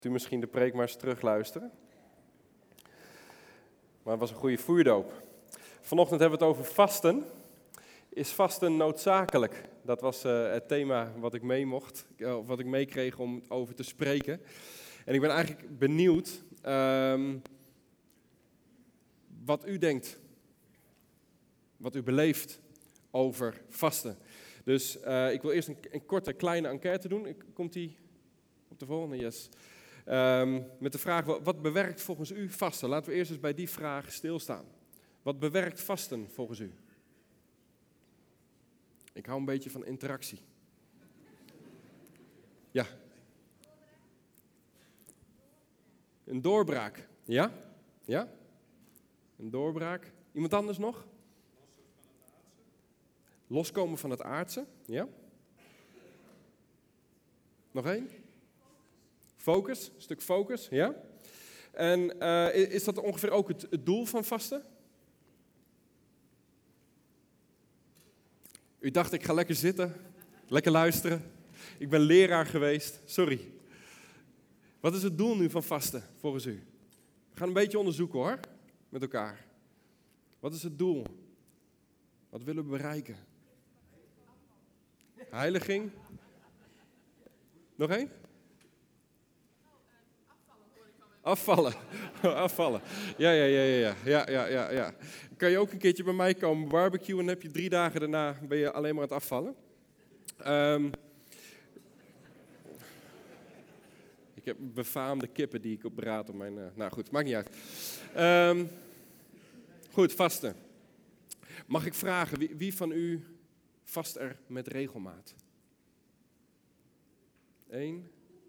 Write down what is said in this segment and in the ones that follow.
U misschien de preek maar eens terugluisteren. Maar het was een goede voerdoop. Vanochtend hebben we het over vasten. Is vasten noodzakelijk? Dat was het thema wat ik wat ik meekreeg om over te spreken. En ik ben eigenlijk benieuwd wat u denkt, wat u beleeft over vasten. Dus ik wil eerst een korte kleine enquête doen. Komt die op de volgende? Yes. Met de vraag, wat bewerkt volgens u vasten? Laten we eerst eens bij die vraag stilstaan. Wat bewerkt vasten volgens u? Ik hou een beetje van interactie. Ja. Een doorbraak. Ja? Ja? Een doorbraak. Iemand anders nog? Loskomen van het aardse. Ja? Nog één? Focus, een stuk focus, ja. En is dat ongeveer ook het doel van vasten? U dacht, ik ga lekker zitten, lekker luisteren. Ik ben leraar geweest, sorry. Wat is het doel nu van vasten, volgens u? We gaan een beetje onderzoeken hoor, met elkaar. Wat is het doel? Wat willen we bereiken? Heiliging? Nog één? Afvallen. Ja. Kan je ook een keertje bij mij komen barbecuen en heb je 3 dagen daarna ben je alleen maar aan het afvallen. Ik heb befaamde kippen die ik op beraad op mijn... nou goed, maakt niet uit. Goed, vasten. Mag ik vragen, wie van u vast er met regelmaat? 1,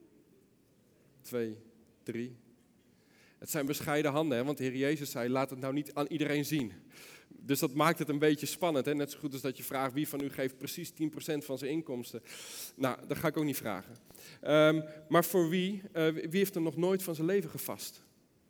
2, 3... Het zijn bescheiden handen, hè? Want de Heer Jezus zei, laat het nou niet aan iedereen zien. Dus dat maakt het een beetje spannend. Hè? Net zo goed als dat je vraagt, wie van u geeft precies 10% van zijn inkomsten. Nou, dat ga ik ook niet vragen. Maar voor wie heeft er nog nooit van zijn leven gevast?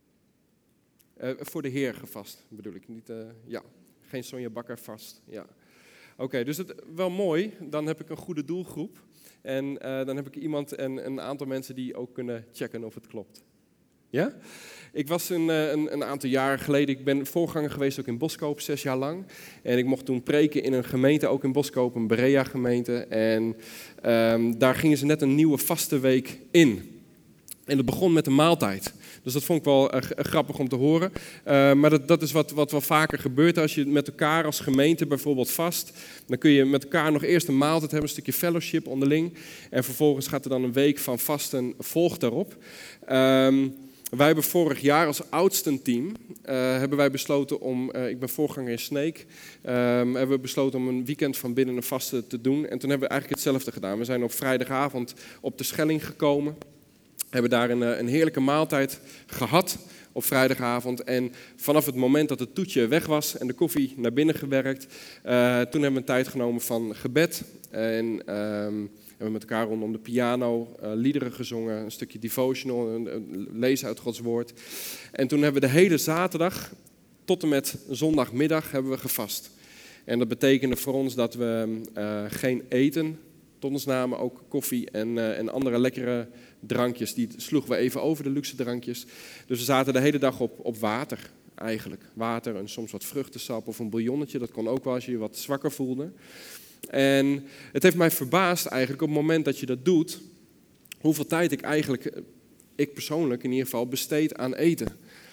Voor de Heer gevast, bedoel ik. Niet, ja, geen Sonja Bakker vast. Ja. Oké, dus het wel mooi. Dan heb ik een goede doelgroep. En dan heb ik iemand en een aantal mensen die ook kunnen checken of het klopt. Ja? Ik was een aantal jaren geleden, ik ben voorganger geweest ook in Boskoop, 6 jaar lang. En ik mocht toen preken in een gemeente, ook in Boskoop, een Berea gemeente. En daar gingen ze net een nieuwe vaste week in. En dat begon met een maaltijd. Dus dat vond ik wel grappig om te horen. Maar dat is wat wel vaker gebeurt als je met elkaar als gemeente bijvoorbeeld vast. Dan kun je met elkaar nog eerst een maaltijd hebben, een stukje fellowship onderling. En vervolgens gaat er dan een week van vasten volgt daarop. Wij hebben vorig jaar als oudstenteam hebben wij besloten om, ik ben voorganger in Sneek, hebben we besloten om een weekend van binnen een vaste te doen. En toen hebben we eigenlijk hetzelfde gedaan. We zijn op vrijdagavond op de Schelling gekomen, hebben daar een heerlijke maaltijd gehad op vrijdagavond. En vanaf het moment dat het toetje weg was en de koffie naar binnen gewerkt, toen hebben we een tijd genomen van gebed. En we hebben met elkaar rondom de piano liederen gezongen, een stukje devotional, lezen uit Gods woord. En toen hebben we de hele zaterdag tot en met zondagmiddag hebben we gevast. En dat betekende voor ons dat we geen eten tot ons namen, ook koffie en andere lekkere drankjes. Die sloegen we even over, de luxe drankjes. Dus we zaten de hele dag op water eigenlijk. Water en soms wat vruchtensap of een bouillonnetje, dat kon ook wel als je je wat zwakker voelde. En het heeft mij verbaasd eigenlijk op het moment dat je dat doet, hoeveel tijd ik persoonlijk in ieder geval, besteed aan eten.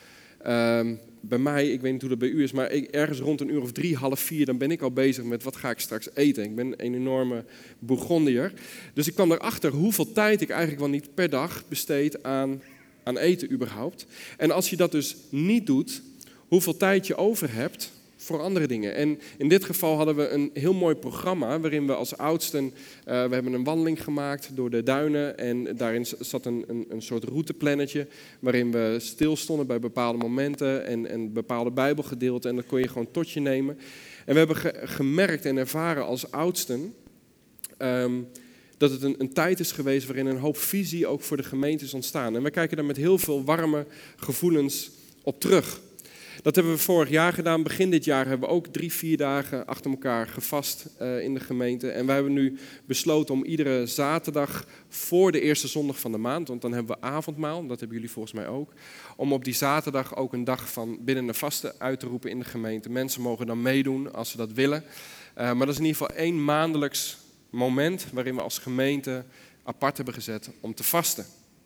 Bij mij, ik weet niet hoe dat bij u is, maar ergens rond 3:00, 3:30, dan ben ik al bezig met wat ga ik straks eten. Ik ben een enorme Bourgondier. Dus ik kwam erachter hoeveel tijd ik eigenlijk wel niet per dag besteed aan eten überhaupt. En als je dat dus niet doet, hoeveel tijd je over hebt voor andere dingen. En in dit geval hadden we een heel mooi programma waarin we als oudsten, we hebben een wandeling gemaakt door de duinen en daarin zat een soort routeplannetje waarin we stilstonden bij bepaalde momenten en bepaalde bijbelgedeelten en dat kon je gewoon tot je nemen. En we hebben gemerkt en ervaren als oudsten dat het een tijd is geweest waarin een hoop visie ook voor de gemeente is ontstaan. En we kijken daar met heel veel warme gevoelens op terug. Dat hebben we vorig jaar gedaan. Begin dit jaar hebben we ook 3-4 dagen achter elkaar gevast in de gemeente. En wij hebben nu besloten om iedere zaterdag voor de eerste zondag van de maand, want dan hebben we avondmaal, dat hebben jullie volgens mij ook, om op die zaterdag ook een dag van binnen de vasten uit te roepen in de gemeente. Mensen mogen dan meedoen als ze dat willen. Maar dat is in ieder geval 1 maandelijks moment waarin we als gemeente apart hebben gezet om te vasten.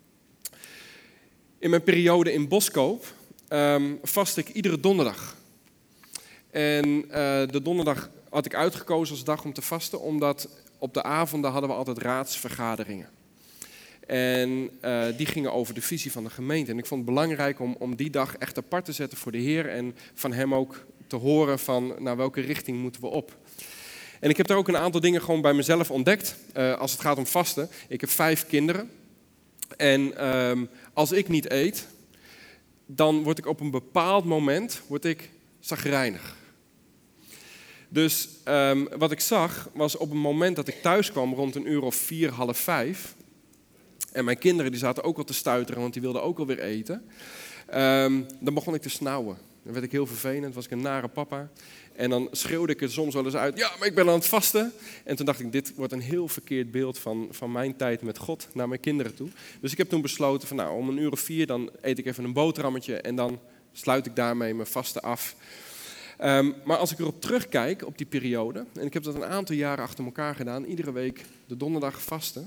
In mijn periode in Boskoop vast ik iedere donderdag. En de donderdag had ik uitgekozen als dag om te vasten, omdat op de avonden hadden we altijd raadsvergaderingen. En die gingen over de visie van de gemeente. En ik vond het belangrijk om die dag echt apart te zetten voor de Heer en van hem ook te horen van naar welke richting moeten we op. En ik heb daar ook een aantal dingen gewoon bij mezelf ontdekt als het gaat om vasten. Ik heb 5 kinderen en als ik niet eet, dan word ik op een bepaald moment chagrijnig. Dus wat ik zag was op een moment dat ik thuis kwam rond 4:00, 4:30. En mijn kinderen die zaten ook al te stuiteren, want die wilden ook alweer eten. Dan begon ik te snauwen. Dan werd ik heel vervelend, was ik een nare papa. En dan schreeuwde ik er soms wel eens uit, ja, maar ik ben aan het vasten. En toen dacht ik, dit wordt een heel verkeerd beeld van mijn tijd met God naar mijn kinderen toe. Dus ik heb toen besloten van, nou, om 4:00 dan eet ik even een boterhammetje en dan sluit ik daarmee mijn vasten af. Maar als ik erop terugkijk, op die periode, en ik heb dat een aantal jaren achter elkaar gedaan, iedere week de donderdag vasten.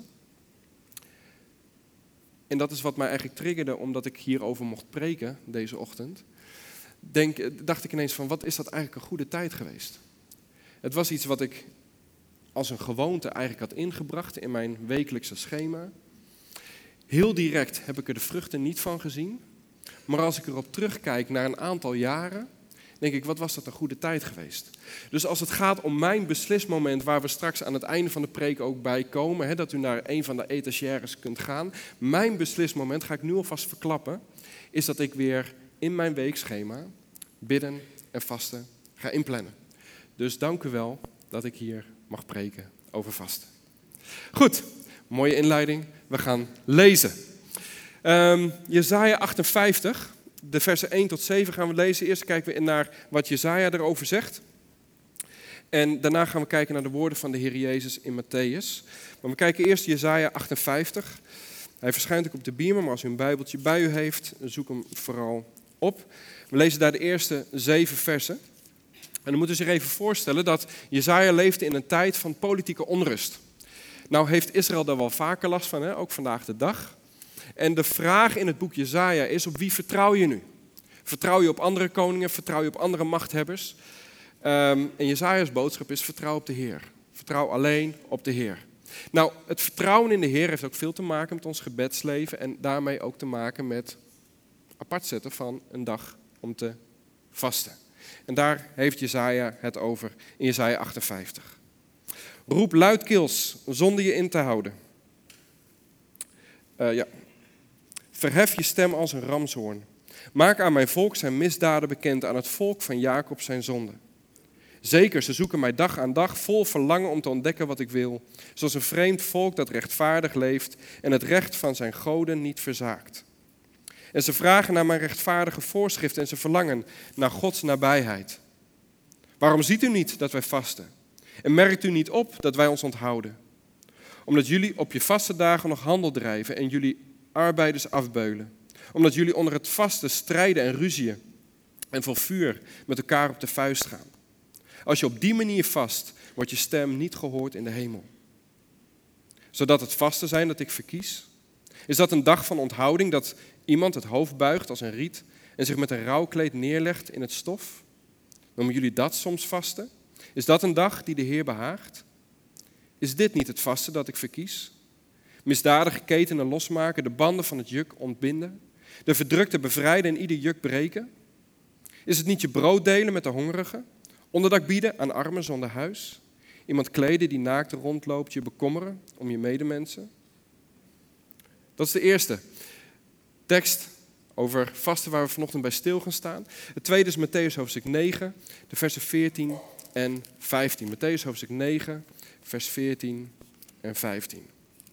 En dat is wat mij eigenlijk triggerde, omdat ik hierover mocht preken deze ochtend. Dacht ik ineens van, wat is dat eigenlijk een goede tijd geweest? Het was iets wat ik als een gewoonte eigenlijk had ingebracht in mijn wekelijkse schema. Heel direct heb ik er de vruchten niet van gezien. Maar als ik erop terugkijk naar een aantal jaren, denk ik, wat was dat een goede tijd geweest? Dus als het gaat om mijn beslismoment, waar we straks aan het einde van de preek ook bij komen, dat u naar een van de etagères kunt gaan. Mijn beslismoment, ga ik nu alvast verklappen, is dat ik weer in mijn weekschema bidden en vasten ga inplannen. Dus dank u wel dat ik hier mag preken over vasten. Goed, mooie inleiding. We gaan lezen. Jesaja 58, de versen 1 tot 7 gaan we lezen. Eerst kijken we naar wat Jesaja erover zegt. En daarna gaan we kijken naar de woorden van de Heer Jezus in Matthäus. Maar we kijken eerst Jesaja 58. Hij verschijnt ook op de beamer, maar als u een bijbeltje bij u heeft, zoek hem vooral op. We lezen daar de eerste 7 versen. En dan moet u zich even voorstellen dat Jesaja leefde in een tijd van politieke onrust. Nou heeft Israël daar wel vaker last van, ook vandaag de dag. En de vraag in het boek Jesaja is, op wie vertrouw je nu? Vertrouw je op andere koningen? Vertrouw je op andere machthebbers? En Jesaja's boodschap is, vertrouw op de Heer. Vertrouw alleen op de Heer. Nou, het vertrouwen in de Heer heeft ook veel te maken met ons gebedsleven en daarmee ook te maken met apart zetten van een dag om te vasten. En daar heeft Jesaja het over in Jesaja 58. Roep luidkeels zonder je in te houden. Verhef je stem als een ramshoorn. Maak aan mijn volk zijn misdaden bekend, aan het volk van Jacob zijn zonde. Zeker, ze zoeken mij dag aan dag vol verlangen om te ontdekken wat ik wil. Zoals een vreemd volk dat rechtvaardig leeft en het recht van zijn goden niet verzaakt. En ze vragen naar mijn rechtvaardige voorschriften en ze verlangen naar Gods nabijheid. Waarom ziet u niet dat wij vasten? En merkt u niet op dat wij ons onthouden? Omdat jullie op je vaste dagen nog handel drijven en jullie arbeiders afbeulen. Omdat jullie onder het vasten strijden en ruzieën en vol vuur met elkaar op de vuist gaan. Als je op die manier vast, wordt je stem niet gehoord in de hemel. Zodat het vasten zijn dat ik verkies? Is dat een dag van onthouding dat iemand het hoofd buigt als een riet en zich met een rouwkleed neerlegt in het stof? Noemen jullie dat soms vasten? Is dat een dag die de Heer behaagt? Is dit niet het vasten dat ik verkies? Misdadige ketenen losmaken, de banden van het juk ontbinden, de verdrukte bevrijden en ieder juk breken? Is het niet je brood delen met de hongerigen, onderdak bieden aan armen zonder huis, iemand kleden die naakt rondloopt, je bekommeren om je medemensen? Dat is de eerste tekst over vasten waar we vanochtend bij stil gaan staan. Het tweede is Matthäus hoofdstuk 9, de versen 14 en 15. Matthäus hoofdstuk 9, vers 14 en 15.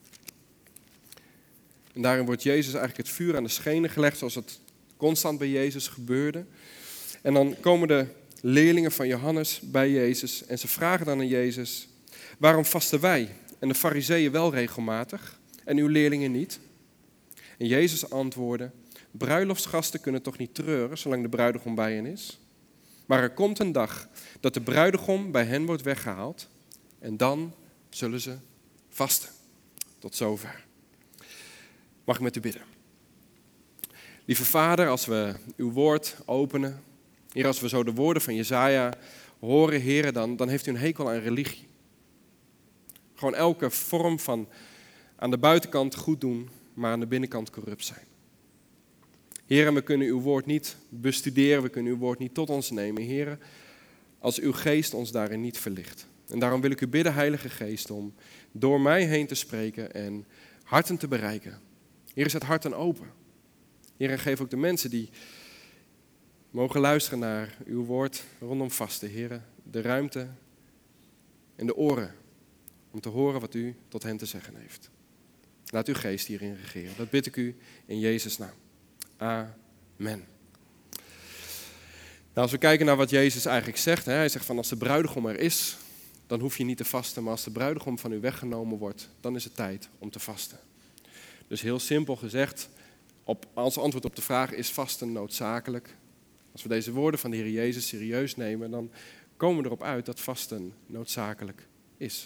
En daarin wordt Jezus eigenlijk het vuur aan de schenen gelegd, zoals het constant bij Jezus gebeurde. En dan komen de leerlingen van Johannes bij Jezus en ze vragen dan aan Jezus: waarom vasten wij en de Farizeeën wel regelmatig en uw leerlingen niet? En Jezus antwoordde: bruiloftsgasten kunnen toch niet treuren zolang de bruidegom bij hen is? Maar er komt een dag dat de bruidegom bij hen wordt weggehaald en dan zullen ze vasten. Tot zover. Mag ik met u bidden? Lieve Vader, als we uw woord openen, Heer, als we zo de woorden van Jesaja horen, Heer, dan heeft u een hekel aan religie. Gewoon elke vorm van aan de buitenkant goed doen, maar aan de binnenkant corrupt zijn. Heer, en we kunnen uw woord niet bestuderen, we kunnen uw woord niet tot ons nemen, Heer, als uw geest ons daarin niet verlicht. En daarom wil ik u bidden, Heilige Geest, om door mij heen te spreken en harten te bereiken. Heer, zet harten open. Heer, en geef ook de mensen die mogen luisteren naar uw woord rondom vasten, Heer, de ruimte en de oren om te horen wat u tot hen te zeggen heeft. Laat uw geest hierin regeren. Dat bid ik u in Jezus' naam. Amen. Nou, als we kijken naar wat Jezus eigenlijk zegt, hij zegt van als de bruidegom er is, dan hoef je niet te vasten, maar als de bruidegom van u weggenomen wordt, dan is het tijd om te vasten. Dus heel simpel gezegd, als antwoord op de vraag, is vasten noodzakelijk? Als we deze woorden van de Heer Jezus serieus nemen, dan komen we erop uit dat vasten noodzakelijk is.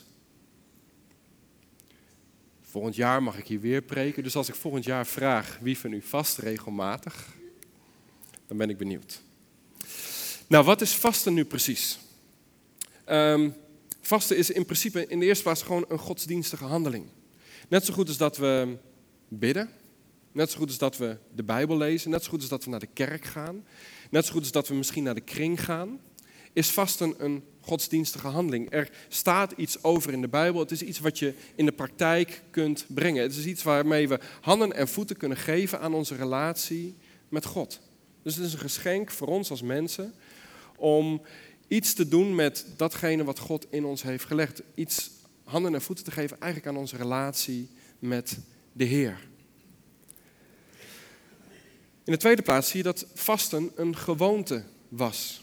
Volgend jaar mag ik hier weer preken, dus als ik volgend jaar vraag wie van u vast regelmatig, dan ben ik benieuwd. Nou, wat is vasten nu precies? Vasten is in principe in de eerste plaats gewoon een godsdienstige handeling. Net zo goed als dat we bidden, net zo goed als dat we de Bijbel lezen, net zo goed als dat we naar de kerk gaan, net zo goed als dat we misschien naar de kring gaan, is vasten een godsdienstige handeling. Er staat iets over in de Bijbel, het is iets wat je in de praktijk kunt brengen. Het is iets waarmee we handen en voeten kunnen geven aan onze relatie met God. Dus het is een geschenk voor ons als mensen om iets te doen met datgene wat God in ons heeft gelegd. Iets handen en voeten te geven eigenlijk aan onze relatie met de Heer. In de tweede plaats zie je dat vasten een gewoonte was.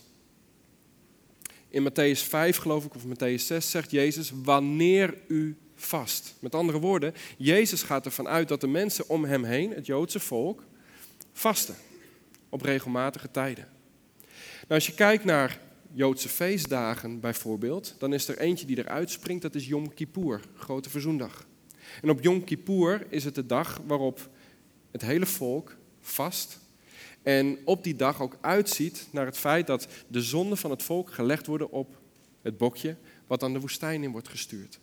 In Matthäus 5, geloof ik, of Matthäus 6, zegt Jezus, wanneer u vast. Met andere woorden, Jezus gaat ervan uit dat de mensen om hem heen, het Joodse volk, vasten. Op regelmatige tijden. Nou, als je kijkt naar Joodse feestdagen bijvoorbeeld, dan is er eentje die eruit springt, dat is Yom Kippur, Grote Verzoendag. En op Yom Kippur is het de dag waarop het hele volk vast en op die dag ook uitziet naar het feit dat de zonden van het volk gelegd worden op het bokje wat dan de woestijn in wordt gestuurd.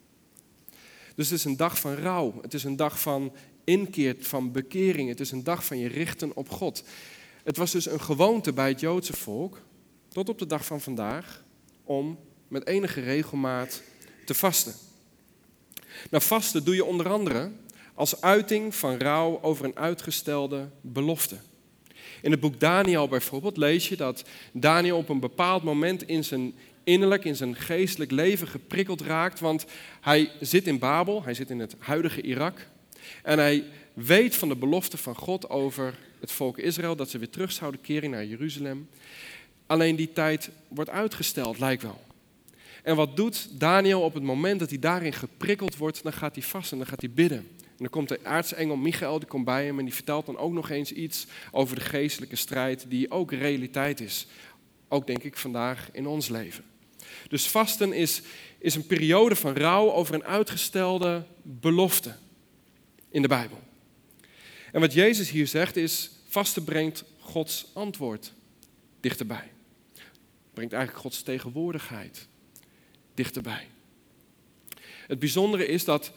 Dus het is een dag van rouw, het is een dag van inkeer, van bekering, het is een dag van je richten op God. Het was dus een gewoonte bij het Joodse volk, tot op de dag van vandaag, om met enige regelmaat te vasten. Nou, vasten doe je onder andere als uiting van rouw over een uitgestelde belofte. In het boek Daniel bijvoorbeeld lees je dat Daniel op een bepaald moment in zijn innerlijk, in zijn geestelijk leven geprikkeld raakt, want hij zit in Babel, hij zit in het huidige Irak en hij weet van de belofte van God over het volk Israël, dat ze weer terug zouden keren naar Jeruzalem. Alleen die tijd wordt uitgesteld, lijkt wel. En wat doet Daniel op het moment dat hij daarin geprikkeld wordt? Dan gaat hij vasten, dan gaat hij bidden. En dan komt de aartsengel Michael, die komt bij hem en die vertelt dan ook nog eens iets over de geestelijke strijd die ook realiteit is. Ook denk ik vandaag in ons leven. Dus vasten is een periode van rouw over een uitgestelde belofte in de Bijbel. En wat Jezus hier zegt is, vasten brengt Gods antwoord dichterbij. Brengt eigenlijk Gods tegenwoordigheid dichterbij. Het bijzondere is dat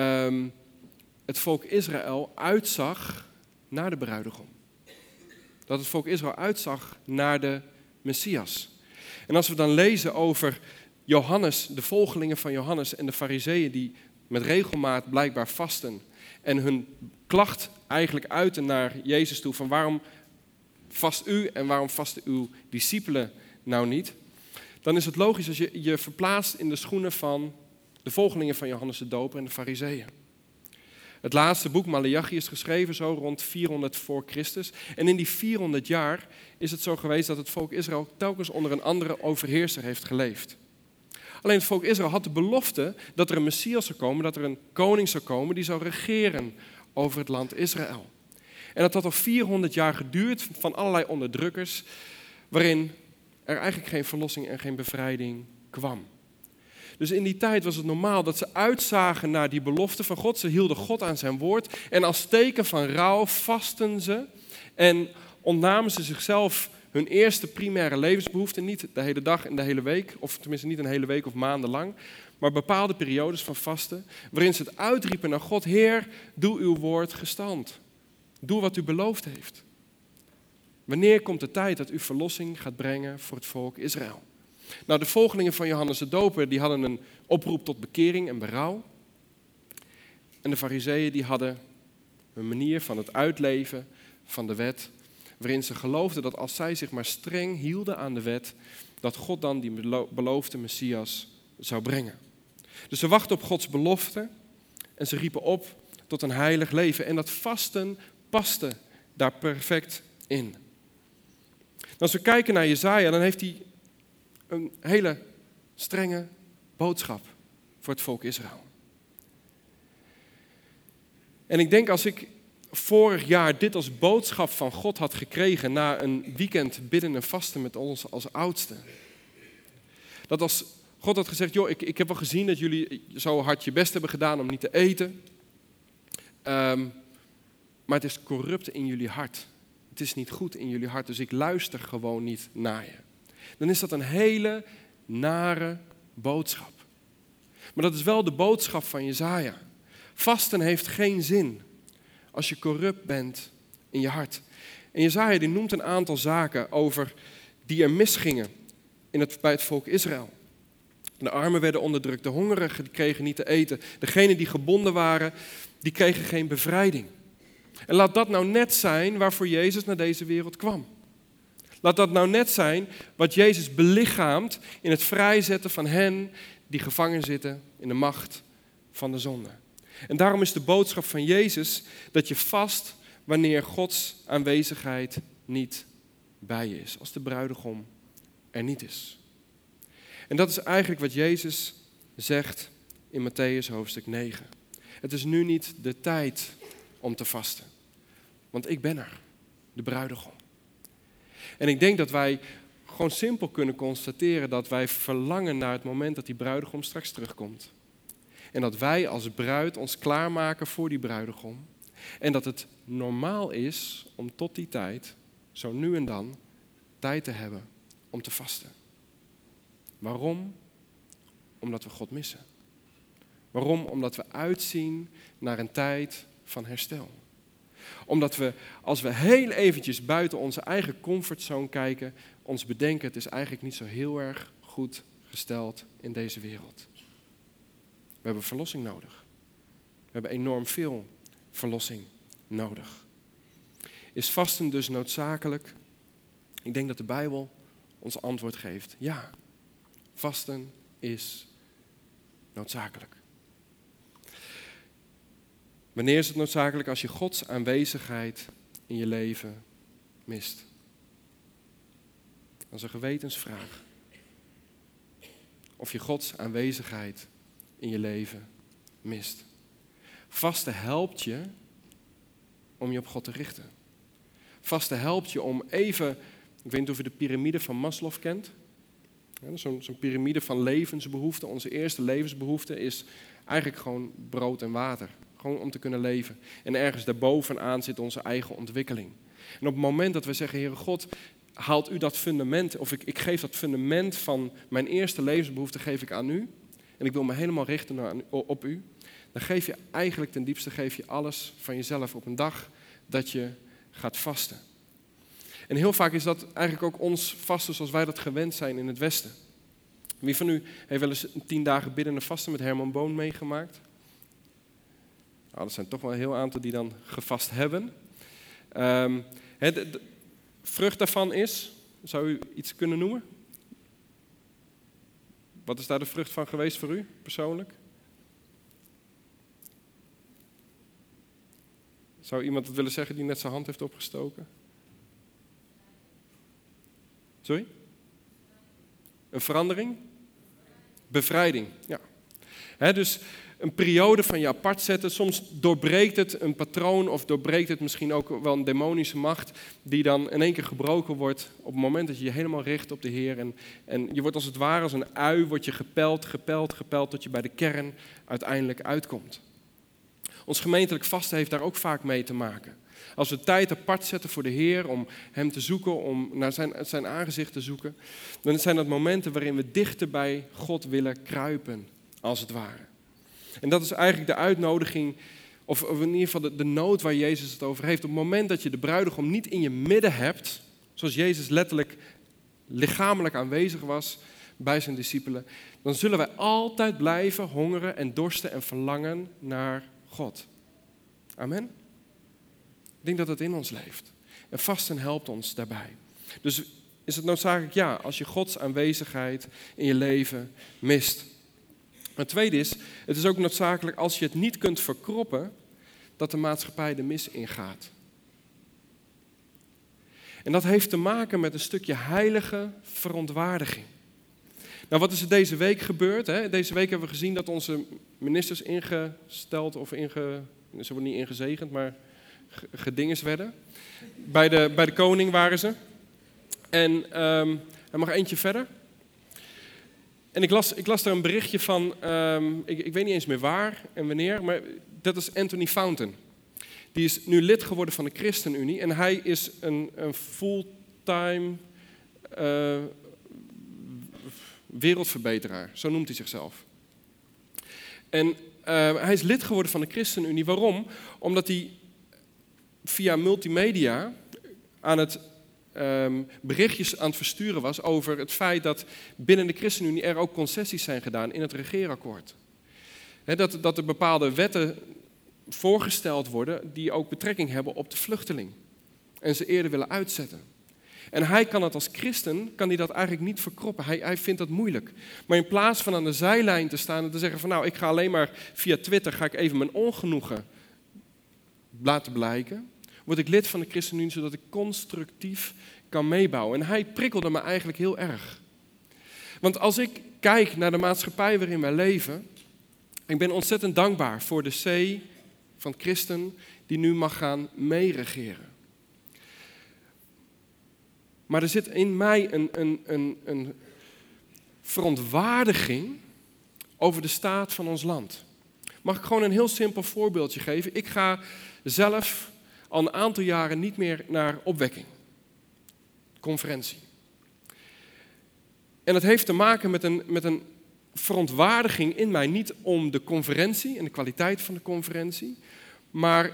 het volk Israël uitzag naar de bruidegom. Dat het volk Israël uitzag naar de Messias. En als we dan lezen over Johannes, de volgelingen van Johannes en de Farizeeën die met regelmaat blijkbaar vasten en hun klacht eigenlijk uiten naar Jezus toe van waarom vast u en waarom vasten uw discipelen nou niet? Dan is het logisch als je je verplaatst in de schoenen van de volgelingen van Johannes de Doper en de Farizeeën. Het laatste boek, Maleachi, is geschreven zo rond 400 voor Christus. En in die 400 jaar is het zo geweest dat het volk Israël telkens onder een andere overheerser heeft geleefd. Alleen het volk Israël had de belofte dat er een Messias zou komen, dat er een koning zou komen die zou regeren over het land Israël. En dat had al 400 jaar geduurd van allerlei onderdrukkers, waarin er eigenlijk geen verlossing en geen bevrijding kwam. Dus in die tijd was het normaal dat ze uitzagen naar die belofte van God. Ze hielden God aan zijn woord. En als teken van rouw vasten ze en ontnamen ze zichzelf hun eerste primaire levensbehoeften. Niet de hele dag en de hele week, of tenminste niet een hele week of maandenlang. Maar bepaalde periodes van vasten, waarin ze het uitriepen naar God. Heer, doe uw woord gestand. Doe wat u beloofd heeft. Wanneer komt de tijd dat u verlossing gaat brengen voor het volk Israël? Nou, de volgelingen van Johannes de Doper die hadden een oproep tot bekering en berouw. En de Farizeeën die hadden een manier van het uitleven van de wet, waarin ze geloofden dat als zij zich maar streng hielden aan de wet, dat God dan die beloofde Messias zou brengen. Dus ze wachten op Gods belofte en ze riepen op tot een heilig leven. En dat vasten paste daar perfect in. Als we kijken naar Jesaja, dan heeft hij een hele strenge boodschap voor het volk Israël. En ik denk als ik vorig jaar dit als boodschap van God had gekregen na een weekend bidden en vasten met ons als oudsten. Dat als God had gezegd, joh, ik heb wel gezien dat jullie zo hard je best hebben gedaan om niet te eten. Maar het is corrupt in jullie hart. Het is niet goed in jullie hart, dus ik luister gewoon niet naar je. Dan is dat een hele nare boodschap. Maar dat is wel de boodschap van Jesaja. Vasten heeft geen zin als je corrupt bent in je hart. En Jesaja die noemt een aantal zaken over die er misgingen bij het volk Israël. De armen werden onderdrukt, de hongerigen kregen niet te eten. Degenen die gebonden waren, die kregen geen bevrijding. En laat dat nou net zijn waarvoor Jezus naar deze wereld kwam. Laat dat nou net zijn wat Jezus belichaamt in het vrijzetten van hen die gevangen zitten in de macht van de zonde. En daarom is de boodschap van Jezus dat je vast wanneer Gods aanwezigheid niet bij je is. Als de bruidegom er niet is. En dat is eigenlijk wat Jezus zegt in Mattheüs hoofdstuk 9. Het is nu niet de tijd om te vasten. Want ik ben er, de bruidegom. En ik denk dat wij gewoon simpel kunnen constateren dat wij verlangen naar het moment dat die bruidegom straks terugkomt. En dat wij als bruid ons klaarmaken voor die bruidegom. En dat het normaal is om tot die tijd, zo nu en dan, tijd te hebben om te vasten. Waarom? Omdat we God missen. Waarom? Omdat we uitzien naar een tijd van herstel. Omdat we, als we heel eventjes buiten onze eigen comfortzone kijken, ons bedenken, het is eigenlijk niet zo heel erg goed gesteld in deze wereld. We hebben verlossing nodig. We hebben enorm veel verlossing nodig. Is vasten dus noodzakelijk? Ik denk dat de Bijbel ons antwoord geeft. Ja, vasten is noodzakelijk. Wanneer is het noodzakelijk? Als je Gods aanwezigheid in je leven mist. Dat is een gewetensvraag. Of je Gods aanwezigheid in je leven mist. Vasten helpt je om je op God te richten. Vasten helpt je om even, ik weet niet of je de piramide van Maslow kent. Ja, zo'n piramide van levensbehoeften. Onze eerste levensbehoefte is eigenlijk gewoon brood en water. Gewoon om te kunnen leven. En ergens daarbovenaan zit onze eigen ontwikkeling. En op het moment dat we zeggen, Heere God, haalt u dat fundament, of ik geef dat fundament van mijn eerste levensbehoefte geef ik aan u. En ik wil me helemaal richten op u. Dan geef je eigenlijk ten diepste geef je alles van jezelf op een dag dat je gaat vasten. En heel vaak is dat eigenlijk ook ons vasten zoals wij dat gewend zijn in het Westen. Wie van u heeft wel eens 10 dagen bidden en vasten met Herman Boon meegemaakt? Nou, dat zijn toch wel een heel aantal die dan gevast hebben. De vrucht daarvan is, zou u iets kunnen noemen? Wat is daar de vrucht van geweest voor u persoonlijk? Zou iemand het willen zeggen die net zijn hand heeft opgestoken? Sorry? Een verandering? Bevrijding, ja. Dus een periode van je apart zetten. Soms doorbreekt het een patroon of doorbreekt het misschien ook wel een demonische macht die dan in één keer gebroken wordt op het moment dat je je helemaal richt op de Heer. En je wordt als het ware als een ui, word je gepeld tot je bij de kern uiteindelijk uitkomt. Ons gemeentelijk vasten heeft daar ook vaak mee te maken. Als we tijd apart zetten voor de Heer, om Hem te zoeken, om naar zijn aangezicht te zoeken, dan zijn dat momenten waarin we dichter bij God willen kruipen, als het ware. En dat is eigenlijk de uitnodiging, of in ieder geval de nood waar Jezus het over heeft. Op het moment dat je de bruidegom niet in je midden hebt, zoals Jezus letterlijk lichamelijk aanwezig was bij zijn discipelen, dan zullen wij altijd blijven hongeren en dorsten en verlangen naar God. Amen. Ik denk dat het in ons leeft. En vasten helpt ons daarbij. Dus is het noodzakelijk? Ja, als je Gods aanwezigheid in je leven mist. Maar het tweede is, het is ook noodzakelijk als je het niet kunt verkroppen, dat de maatschappij de mis ingaat. En dat heeft te maken met een stukje heilige verontwaardiging. Nou, wat is er deze week gebeurd? Hè? Deze week hebben we gezien dat onze ministers ingesteld, of ze worden niet ingezegend, maar gedingest werden. Bij de koning waren ze. En er mag eentje verder. En ik las daar een berichtje van, ik weet niet eens meer waar en wanneer, maar dat is Anthony Fountain. Die is nu lid geworden van de ChristenUnie en hij is een fulltime wereldverbeteraar, zo noemt hij zichzelf. En hij is lid geworden van de ChristenUnie. Waarom? Omdat hij via multimedia aan het berichtjes aan het versturen was over het feit dat binnen de ChristenUnie er ook concessies zijn gedaan in het regeerakkoord. Dat er bepaalde wetten voorgesteld worden die ook betrekking hebben op de vluchteling. En ze eerder willen uitzetten. En hij kan het als christen, kan hij dat eigenlijk niet verkroppen. Hij vindt dat moeilijk. Maar in plaats van aan de zijlijn te staan en te zeggen van nou, ik ga alleen maar via Twitter, ga ik even mijn ongenoegen laten blijken, word ik lid van de ChristenUnie zodat ik constructief kan meebouwen. En hij prikkelde me eigenlijk heel erg. Want als ik kijk naar de maatschappij waarin wij leven, ik ben ontzettend dankbaar voor de C van christen die nu mag gaan meeregeren. Maar er zit in mij een verontwaardiging over de staat van ons land. Mag ik gewoon een heel simpel voorbeeldje geven? Ik ga zelf al een aantal jaren niet meer naar opwekking, conferentie. En dat heeft te maken met een verontwaardiging in mij, niet om de conferentie en de kwaliteit van de conferentie, maar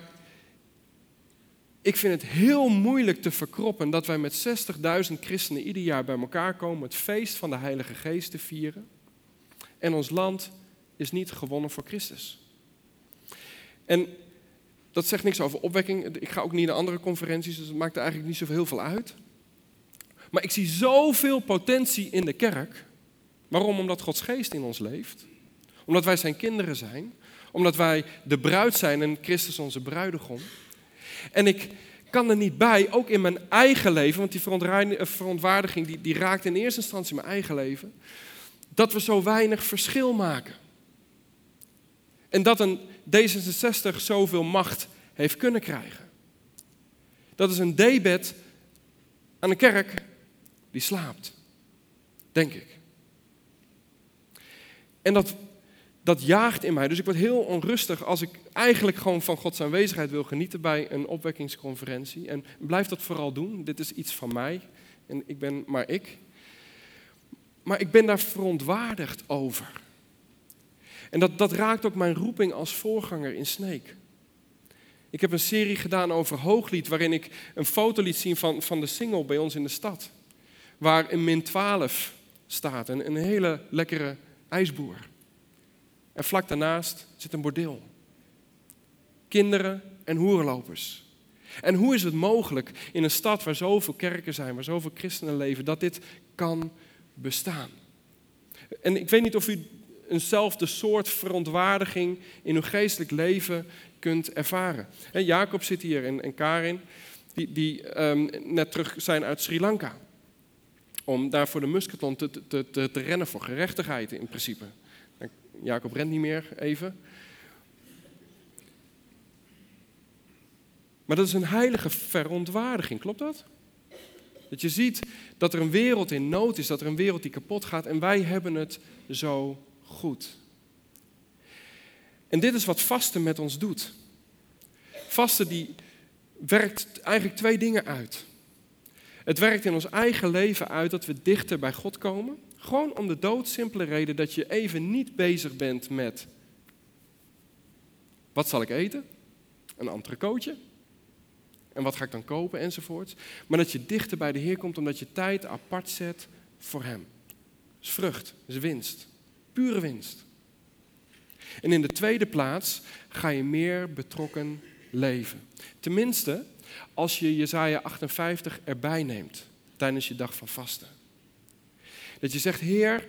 ik vind het heel moeilijk te verkroppen dat wij met 60.000 christenen ieder jaar bij elkaar komen, het feest van de Heilige Geest te vieren. En ons land is niet gewonnen voor Christus. En dat zegt niks over opwekking. Ik ga ook niet naar andere conferenties, dus het maakt er eigenlijk niet zo heel veel uit. Maar ik zie zoveel potentie in de kerk. Waarom? Omdat Gods Geest in ons leeft. Omdat wij zijn kinderen zijn. Omdat wij de bruid zijn en Christus onze bruidegom. En ik kan er niet bij, ook in mijn eigen leven, want die verontwaardiging die raakt in eerste instantie mijn eigen leven, dat we zo weinig verschil maken. En dat een D66 zoveel macht heeft kunnen krijgen. Dat is een debet aan een kerk die slaapt, denk ik. En dat jaagt in mij. Dus ik word heel onrustig als ik eigenlijk gewoon van Gods aanwezigheid wil genieten bij een opwekkingsconferentie. En blijf dat vooral doen. Dit is iets van mij. En ik ben maar ik. Maar ik ben daar verontwaardigd over. En dat raakt ook mijn roeping als voorganger in Sneek. Ik heb een serie gedaan over Hooglied, waarin ik een foto liet zien van de single bij ons in de stad. Waar een -12 staat, een hele lekkere ijsboer. En vlak daarnaast zit een bordeel. Kinderen en hoerenlopers. En hoe is het mogelijk in een stad waar zoveel kerken zijn, waar zoveel christenen leven, dat dit kan bestaan? En ik weet niet of u eenzelfde soort verontwaardiging in uw geestelijk leven kunt ervaren. En Jacob zit hier en Karin, die net terug zijn uit Sri Lanka. Om daar voor de Muscaton te rennen voor gerechtigheid in principe. Jacob rent niet meer even. Maar dat is een heilige verontwaardiging, klopt dat? Dat je ziet dat er een wereld in nood is, dat er een wereld die kapot gaat en wij hebben het zo goed. En dit is wat vasten met ons doet. Vasten die werkt eigenlijk 2 dingen uit. Het werkt in ons eigen leven uit dat we dichter bij God komen. Gewoon om de doodsimpele reden dat je even niet bezig bent met wat zal ik eten? Een entrecootje. En wat ga ik dan kopen enzovoorts. Maar dat je dichter bij de Heer komt omdat je tijd apart zet voor Hem. Dat is vrucht, dat is winst. Pure winst. En in de tweede plaats ga je meer betrokken leven. Tenminste, als je Jesaja 58 erbij neemt tijdens je dag van vasten. Dat je zegt, Heer,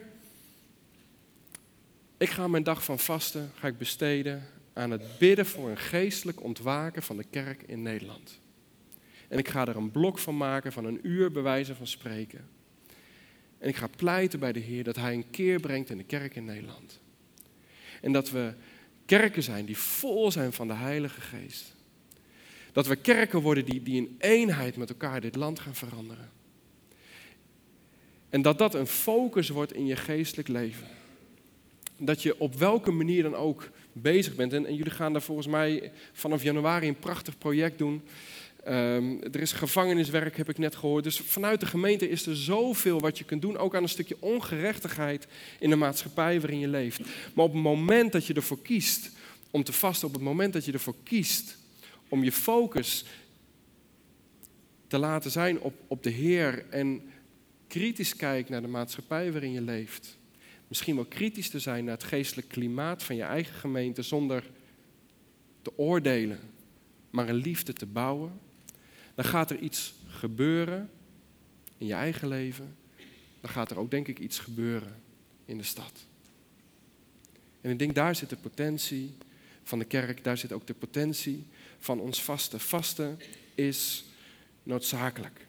ik ga mijn dag van vasten ga ik besteden aan het bidden voor een geestelijk ontwaken van de kerk in Nederland. En ik ga er een blok van maken van 1 uur bij wijze van spreken. En ik ga pleiten bij de Heer dat Hij een keer brengt in de kerk in Nederland. En dat we kerken zijn die vol zijn van de Heilige Geest. Dat we kerken worden die in eenheid met elkaar dit land gaan veranderen. En dat dat een focus wordt in je geestelijk leven. Dat je op welke manier dan ook bezig bent. En jullie gaan daar volgens mij vanaf januari een prachtig project doen. Er is gevangeniswerk, heb ik net gehoord. Dus vanuit de gemeente is er zoveel wat je kunt doen. Ook aan een stukje ongerechtigheid in de maatschappij waarin je leeft. Maar op het moment dat je ervoor kiest om te vasten. Op het moment dat je ervoor kiest om je focus te laten zijn op de Heer. En kritisch kijkt naar de maatschappij waarin je leeft. Misschien wel kritisch te zijn naar het geestelijk klimaat van je eigen gemeente. Zonder te oordelen, maar een liefde te bouwen. Dan gaat er iets gebeuren in je eigen leven. Dan gaat er ook denk ik iets gebeuren in de stad. En ik denk daar zit de potentie van de kerk. Daar zit ook de potentie van ons vasten. Vasten is noodzakelijk.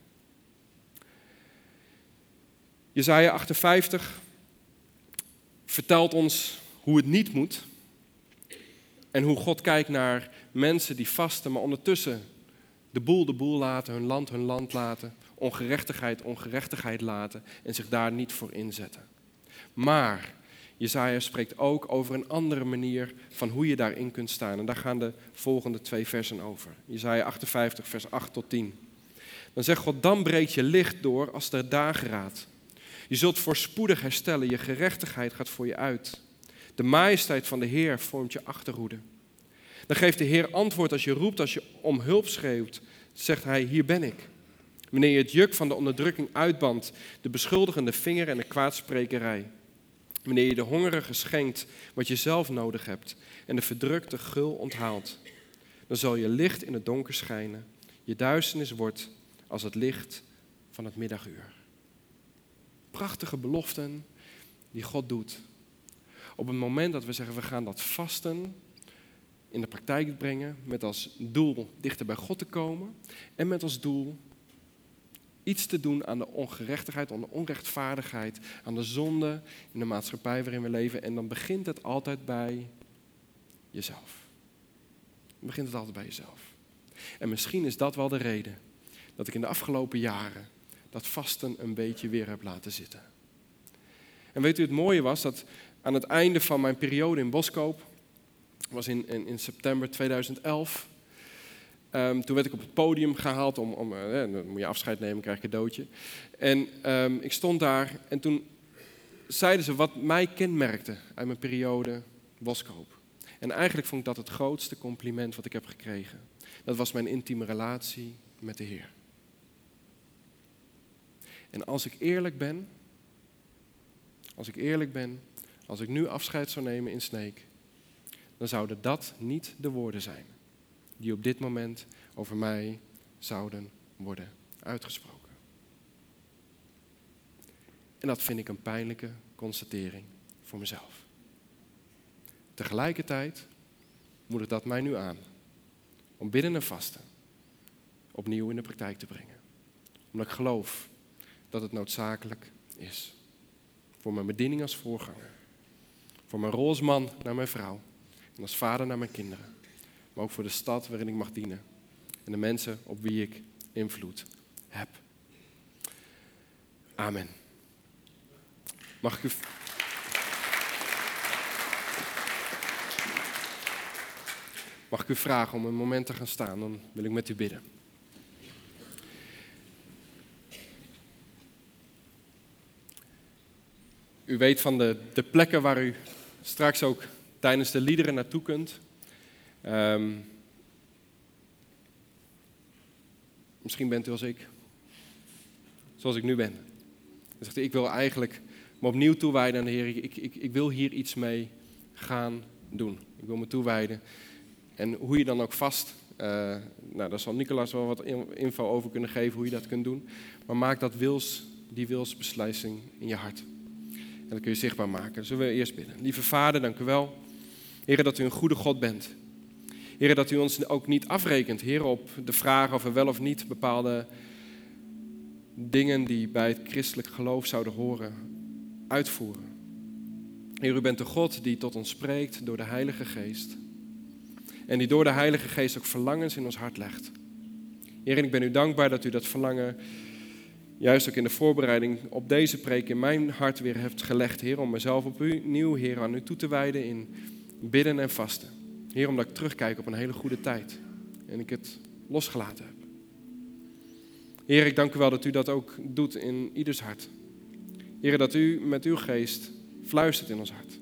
Jesaja 58 vertelt ons hoe het niet moet. En hoe God kijkt naar mensen die vasten, maar ondertussen de boel laten, hun land laten, ongerechtigheid laten en zich daar niet voor inzetten. Maar Jesaja spreekt ook over een andere manier van hoe je daarin kunt staan. En daar gaan de volgende 2 versen over. Jesaja 58 vers 8 tot 10. Dan zegt God, dan breekt je licht door als de dageraad. Je zult voorspoedig herstellen, je gerechtigheid gaat voor je uit. De majesteit van de Heer vormt je achterhoede. Dan geeft de Heer antwoord als je roept, als je om hulp schreeuwt, zegt Hij, hier ben ik. Wanneer je het juk van de onderdrukking uitbandt, de beschuldigende vinger en de kwaadsprekerij. Wanneer je de hongerige schenkt wat je zelf nodig hebt en de verdrukte gul onthaalt. Dan zal je licht in het donker schijnen. Je duisternis wordt als het licht van het middaguur. Prachtige beloften die God doet. Op het moment dat we zeggen, we gaan dat vasten in de praktijk brengen, met als doel dichter bij God te komen en met als doel iets te doen aan de ongerechtigheid, aan de onrechtvaardigheid, aan de zonde in de maatschappij waarin we leven. En dan begint het altijd bij jezelf. Dan begint het altijd bij jezelf. En misschien is dat wel de reden dat ik in de afgelopen jaren dat vasten een beetje weer heb laten zitten. En weet u, het mooie was dat aan het einde van mijn periode in Boskoop, was in september 2011. Toen werd ik op het podium gehaald, dan moet je afscheid nemen, krijg je een cadeautje. En ik stond daar en toen zeiden ze wat mij kenmerkte uit mijn periode Boskoop. En eigenlijk vond ik dat het grootste compliment wat ik heb gekregen. Dat was mijn intieme relatie met de Heer. En als ik eerlijk ben, als ik nu afscheid zou nemen in Sneek, dan zouden dat niet de woorden zijn die op dit moment over mij zouden worden uitgesproken. En dat vind ik een pijnlijke constatering voor mezelf. Tegelijkertijd moedig dat mij nu aan. Om bidden en vasten opnieuw in de praktijk te brengen. Omdat ik geloof dat het noodzakelijk is. Voor mijn bediening als voorganger. Voor mijn rol als man naar mijn vrouw. En als vader naar mijn kinderen. Maar ook voor de stad waarin ik mag dienen. En de mensen op wie ik invloed heb. Amen. Mag ik u vragen om een moment te gaan staan, dan wil ik met u bidden. U weet van de plekken waar u straks ook tijdens de liederen naartoe kunt. Misschien bent u als ik, zoals ik nu ben. Dan zegt u, ik wil eigenlijk me opnieuw toewijden aan de Heer. Ik wil hier iets mee gaan doen. Ik wil me toewijden. En hoe je dan ook vast, daar zal Nicolas wel wat info over kunnen geven hoe je dat kunt doen. Maar maak dat die wilsbeslissing in je hart. En dat kun je zichtbaar maken. Zullen we eerst bidden. Lieve Vader, dank u wel. Heer, dat u een goede God bent. Heer, dat u ons ook niet afrekent, Heer, op de vraag of we wel of niet bepaalde dingen die bij het christelijk geloof zouden horen, uitvoeren. Heer, u bent de God die tot ons spreekt door de Heilige Geest. En die door de Heilige Geest ook verlangens in ons hart legt. Heer, en ik ben u dankbaar dat u dat verlangen, juist ook in de voorbereiding op deze preek, in mijn hart weer hebt gelegd, Heer, om mezelf opnieuw, Heer, aan u toe te wijden in bidden en vasten. Heer, omdat ik terugkijk op een hele goede tijd en ik het losgelaten heb. Heer, ik dank u wel dat u dat ook doet in ieders hart. Heer, dat u met uw geest fluistert in ons hart.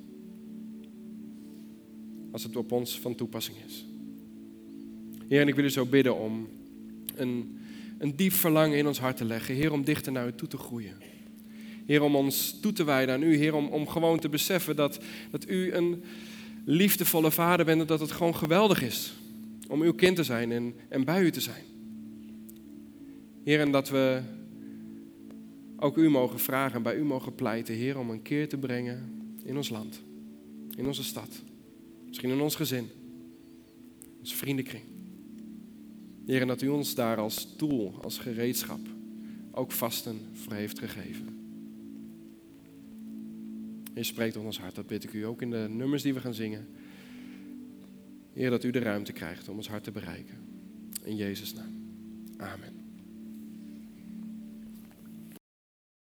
Als het op ons van toepassing is. Heer, en ik wil u zo bidden om een diep verlangen in ons hart te leggen. Heer, om dichter naar u toe te groeien. Heer, om ons toe te wijden aan u. Heer, om gewoon te beseffen dat u een liefdevolle vader bent en dat het gewoon geweldig is om uw kind te zijn en bij u te zijn. Heer, en dat we ook u mogen vragen en bij u mogen pleiten, Heer, om een keer te brengen in ons land, in onze stad, misschien in ons gezin, onze vriendenkring. Heer, en dat u ons daar als tool, als gereedschap, ook vasten voor heeft gegeven. Heer, spreekt tot ons hart, dat bid ik u ook in de nummers die we gaan zingen. Heer, dat u de ruimte krijgt om ons hart te bereiken. In Jezus' naam. Amen.